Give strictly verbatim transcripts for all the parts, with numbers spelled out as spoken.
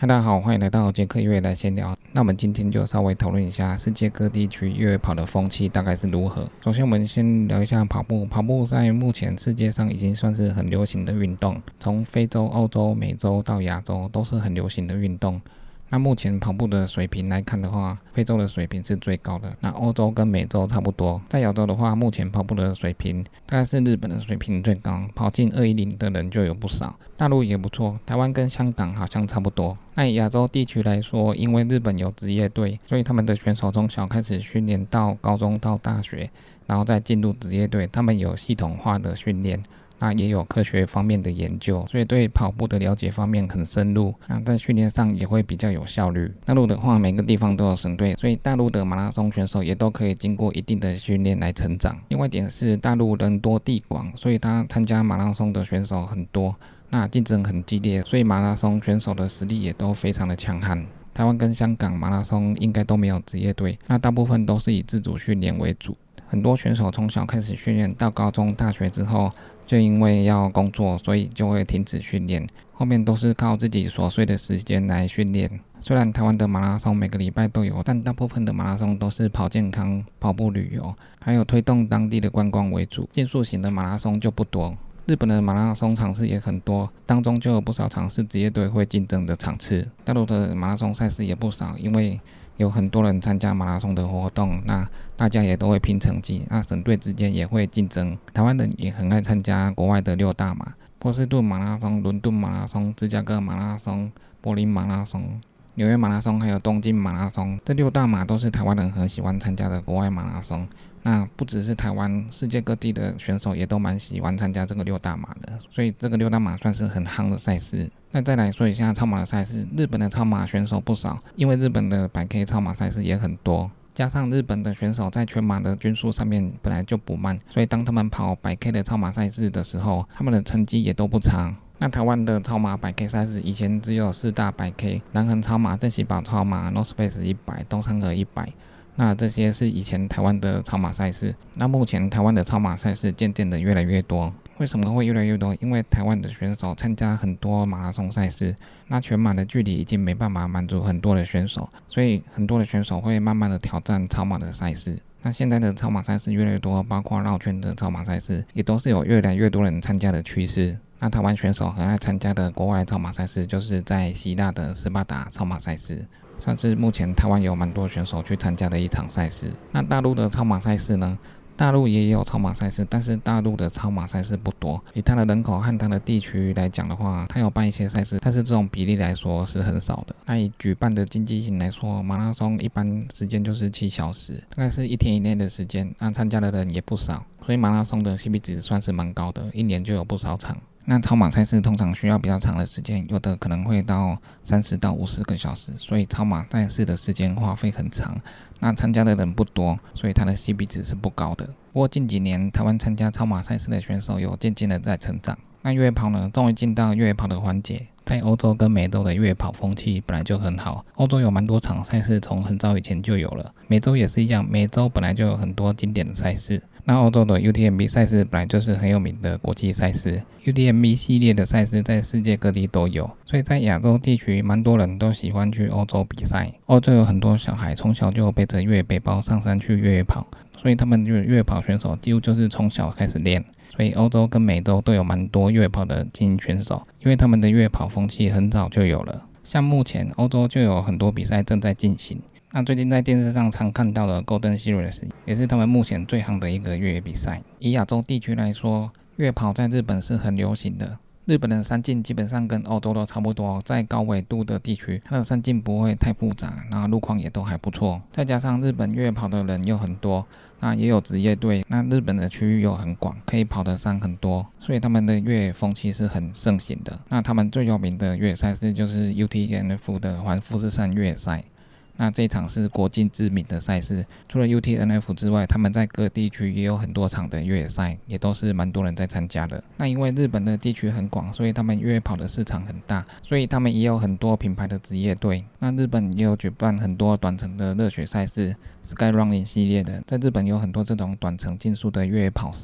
嗨，大家好，欢迎来到杰克越野来闲聊。那我们今天就稍微讨论一下世界各地区越野跑的风气大概是如何。首先，我们先聊一下跑步。跑步在目前世界上已经算是很流行的运动，从非洲、欧洲、美洲到亚洲都是很流行的运动。那目前跑步的水平来看的话，非洲的水平是最高的，那欧洲跟美洲差不多。在亚洲的话，目前跑步的水平大概是日本的水平最高，跑进二一零的人就有不少。大陆也不错，台湾跟香港好像差不多。那以亚洲地区来说，因为日本有职业队，所以他们的选手从小开始训练到高中到大学，然后再进入职业队，他们有系统化的训练。那也有科学方面的研究，所以对跑步的了解方面很深入，那在训练上也会比较有效率。大陆的话，每个地方都有省队，所以大陆的马拉松选手也都可以经过一定的训练来成长。另外一点是大陆人多地广，所以他参加马拉松的选手很多，那竞争很激烈，所以马拉松选手的实力也都非常的强悍。台湾跟香港马拉松应该都没有职业队，那大部分都是以自主训练为主。很多选手从小开始训练，到高中、大学之后，就因为要工作，所以就会停止训练。后面都是靠自己琐碎的时间来训练。虽然台湾的马拉松每个礼拜都有，但大部分的马拉松都是跑健康、跑步旅游，还有推动当地的观光为主。竞速型的马拉松就不多。日本的马拉松场次也很多，当中就有不少场是职业队会竞争的场次。大陆的马拉松赛事也不少，因为有很多人参加马拉松的活动，那大家也都会拼成绩，那省队之间也会竞争。台湾人也很爱参加国外的六大马，波士顿马拉松、伦敦马拉松、芝加哥马拉松、柏林马拉松、纽约马拉松还有东京马拉松，这六大马都是台湾人很喜欢参加的国外马拉松。那不只是台湾，世界各地的选手也都蛮喜欢参加这个六大马的，所以这个六大马算是很夯的赛事。那再来说一下超马的赛事，日本的超马选手不少，因为日本的百 K 超马赛事也很多，加上日本的选手在全马的均速上面本来就不慢，所以当他们跑百 K 的超马赛事的时候，他们的成绩也都不差。那台湾的超马百 K 赛事以前只有四大百 K， 南横超马、镇西堡超马、North Face 一百、东山河一百。那这些是以前台湾的超马赛事，那目前台湾的超马赛事渐渐的越来越多。为什么会越来越多？因为台湾的选手参加很多马拉松赛事，那全马的距离已经没办法满足很多的选手，所以很多的选手会慢慢的挑战超马的赛事。那现在的超马赛事越来越多，包括绕圈的超马赛事，也都是有越来越多人参加的趋势。那台湾选手很爱参加的国外超马赛事，就是在希腊的斯巴达超马赛事，算是目前台湾有蛮多选手去参加的一场赛事。那大陆的超马赛事呢？大陆也有超马赛事，但是大陆的超马赛事不多。以它的人口和它的地区来讲的话，它有办一些赛事，但是这种比例来说是很少的。那以举办的经济性来说，马拉松一般时间就是七小时，大概是一天以内的时间，那参加的人也不少，所以马拉松的 C P 值算是蛮高的，一年就有不少场。那超马赛事通常需要比较长的时间，有的可能会到三十到五十个小时，所以超马赛事的时间花费很长。那参加的人不多，所以它的 C P 值是不高的。不过近几年台湾参加超马赛事的选手有渐渐的在成长。那越野跑呢，终于进到越野跑的环节。在欧洲跟美洲的越野跑风气本来就很好，欧洲有蛮多场赛事从很早以前就有了，美洲也是一样，美洲本来就有很多经典的赛事。那欧洲的 U T M B 赛事本来就是很有名的国际赛事， U T M B 系列的赛事在世界各地都有，所以在亚洲地区蛮多人都喜欢去欧洲比赛。欧洲有很多小孩从小就背着越野背包上山去越野跑，所以他们越越野跑选手几乎就是从小开始练，所以欧洲跟美洲都有蛮多越野跑的精英选手，因为他们的越野跑风气很早就有了。像目前欧洲就有很多比赛正在进行，那最近在电视上常看到的 Golden Series 也是他们目前最夯的一个越野比赛。以亚洲地区来说，越野跑在日本是很流行的。日本的山径基本上跟欧洲都差不多，在高纬度的地区，它的山径不会太复杂，然后路况也都还不错。再加上日本越野跑的人又很多，那也有职业队，那日本的区域又很广，可以跑的山很多，所以他们的越野风气是很盛行的。那他们最有名的越野赛事就是 U T M F 的环富士山越野赛。那这一场是国际知名的赛事，除了 U T M F 之外，他们在各地区也有很多场的越野赛，也都是蛮多人在参加的。那因为日本的地区很广，所以他们越野跑的市场很大，所以他们也有很多品牌的职业队。那日本也有举办很多短程的热血赛事 ，Sky Running 系列的，在日本有很多这种短程竞速的越野跑赛。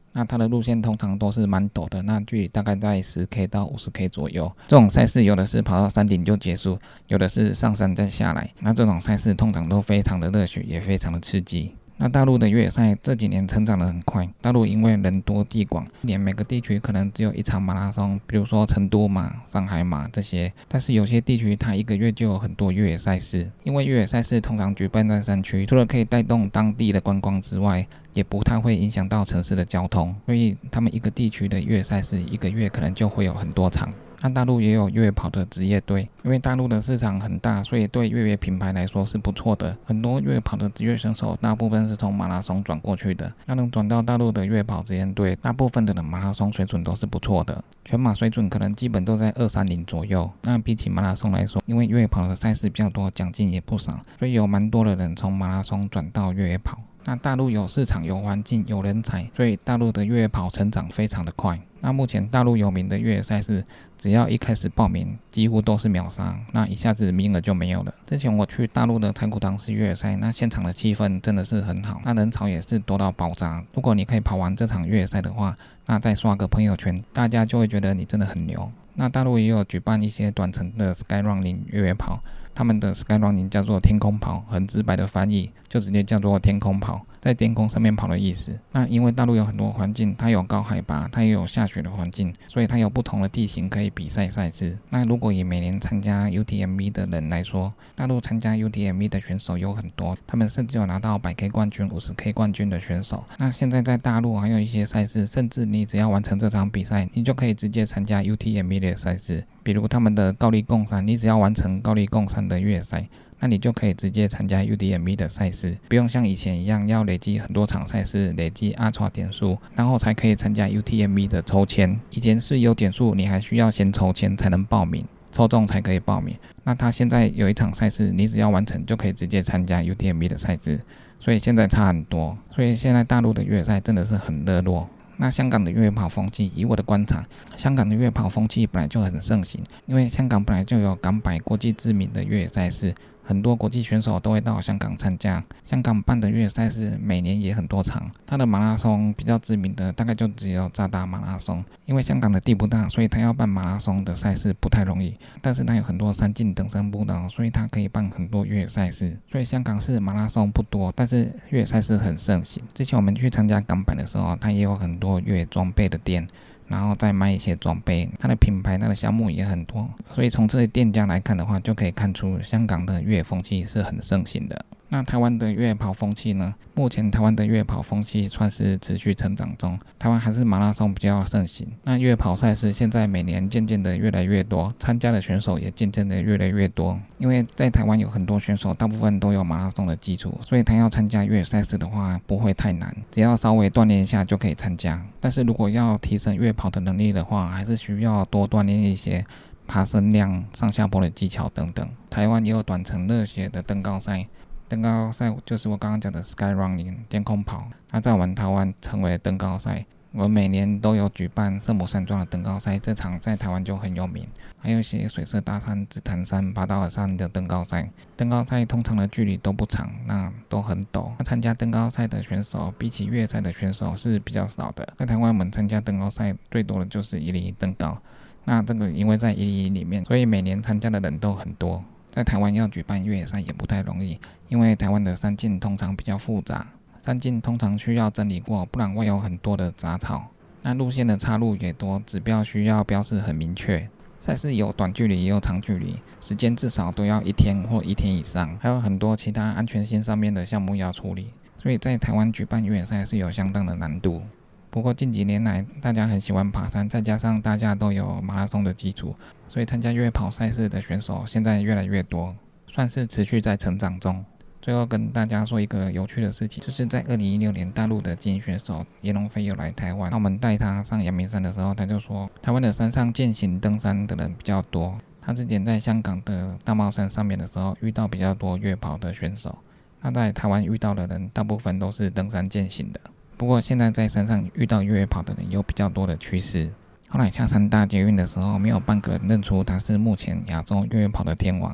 那它的路线通常都是蛮陡的，那距离大概在 十 K 到 五十 K 左右。这种赛事有的是跑到山顶就结束，有的是上山再下来。那这种赛事通常都非常的热血，也非常的刺激。那大陆的越野赛这几年成长得很快，大陆因为人多地广，一年每个地区可能只有一场马拉松，比如说成都马、上海马这些，但是有些地区它一个月就有很多越野赛事。因为越野赛事通常举办在山区，除了可以带动当地的观光之外，也不太会影响到城市的交通，所以他们一个地区的越野赛事一个月可能就会有很多场。那大陆也有越野跑的职业队，因为大陆的市场很大，所以对越野品牌来说是不错的。很多越野跑的职业选手大部分是从马拉松转过去的，那能转到大陆的越野跑职业队，大部分的人马拉松水准都是不错的，全马水准可能基本都在二三零左右。那比起马拉松来说，因为越野跑的赛事比较多，奖金也不少，所以有蛮多的人从马拉松转到越野跑。那大陆有市场、有环境、有人才，所以大陆的越野跑成长非常的快。那目前大陆有名的越野赛事，只要一开始报名，几乎都是秒杀，那一下子名额就没有了。之前我去大陆的柴谷唐市越野赛，那现场的气氛真的是很好，那人潮也是多到爆炸。如果你可以跑完这场越野赛的话，那再刷个朋友圈，大家就会觉得你真的很牛。那大陆也有举办一些短程的 Skyrunning 越野跑，他们的 Skyrunning 叫做天空跑，很直白的翻译就直接叫做天空跑，在天空上面跑的意思。那因为大陆有很多环境，它有高海拔，它也有下雪的环境，所以它有不同的地形可以比赛赛事。那如果以每年参加 U T M B 的人来说，大陆参加 U T M B 的选手有很多，他们甚至有拿到 百 K 冠军、五十 K 冠军的选手。那现在在大陆还有一些赛事，甚至你只要完成这场比赛，你就可以直接参加 U T M B 的赛事。比如他们的高丽贡山，你只要完成高丽贡山的越野赛，那你就可以直接参加 U T M B 的赛事，不用像以前一样要累积很多场赛事，累积 Ultra 点数，然后才可以参加 U T M B 的抽签。以前是有点数，你还需要先抽签才能报名，抽中才可以报名。那他现在有一场赛事，你只要完成就可以直接参加 U T M B 的赛事，所以现在差很多。所以现在大陆的越野赛真的是很热络。那香港的越野跑风气，以我的观察，香港的越野跑风气本来就很盛行，因为香港本来就有港百国际知名的越野赛事，很多国际选手都会到香港参加。香港办的越野赛事每年也很多场，它的马拉松比较知名的大概就只有渣打马拉松，因为香港的地不大，所以它要办马拉松的赛事不太容易，但是它有很多山径登山步道，所以它可以办很多越野赛事。所以香港是马拉松不多，但是越野赛事很盛行。之前我们去参加港百的时候，它也有很多越野装备的店，然后再卖一些装备，它的品牌、它的项目也很多，所以从这些店家来看的话，就可以看出香港的越野风气是很盛行的。那台湾的越野跑风气呢？目前台湾的越野跑风气算是持续成长中，台湾还是马拉松比较盛行。那越野跑赛事现在每年渐渐的越来越多，参加的选手也渐渐的越来越多。因为在台湾有很多选手，大部分都有马拉松的基础，所以他要参加越野赛事的话不会太难，只要稍微锻炼一下就可以参加。但是如果要提升越野跑的能力的话，还是需要多锻炼一些爬升量、上下坡的技巧等等。台湾也有短程热血的登高赛。登高赛就是我刚刚讲的 Skyrunning 天空跑，那在我们台湾称为登高赛。我们每年都有举办圣母山庄的登高赛，这场在台湾就很有名。还有一些水色大山、紫檀山、八道尔山的登高赛。登高赛通常的距离都不长，那都很陡。那参加登高赛的选手，比起越野赛的选手是比较少的。在台湾我们参加登高赛最多的就是一零一登高。那这个因为在一零一里面，所以每年参加的人都很多。在台湾要举办越野赛也不太容易，因为台湾的山径通常比较复杂，山径通常需要整理过，不然会有很多的杂草。那路线的岔路也多，指标需要标示很明确。赛事有短距离也有长距离，时间至少都要一天或一天以上，还有很多其他安全性上面的项目要处理，所以在台湾举办越野赛是有相当的难度。不过近几年来，大家很喜欢爬山，再加上大家都有马拉松的基础，所以参加越野跑赛事的选手现在越来越多，算是持续在成长中。最后跟大家说一个有趣的事情，就是在二零一六年大陆的精英选手叶龙飞有来台湾，那我们带他上阳明山的时候，他就说台湾的山上健行登山的人比较多。他之前在香港的大帽山上面的时候遇到比较多越野跑的选手，那在台湾遇到的人大部分都是登山健行的。不过现在在山上遇到越野跑的人有比较多的趋势。后来下山搭捷运的时候，没有半个人认出他是目前亚洲越野跑的天王，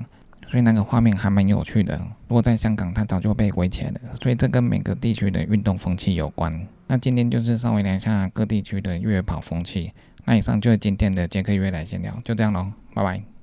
所以那个画面还蛮有趣的。如果在香港，它早就被围起来了，所以这跟每个地区的运动风气有关。那今天就是稍微聊一下各地区的越野跑风气。那以上就是今天的杰克越野来闲聊，就这样咯，拜拜。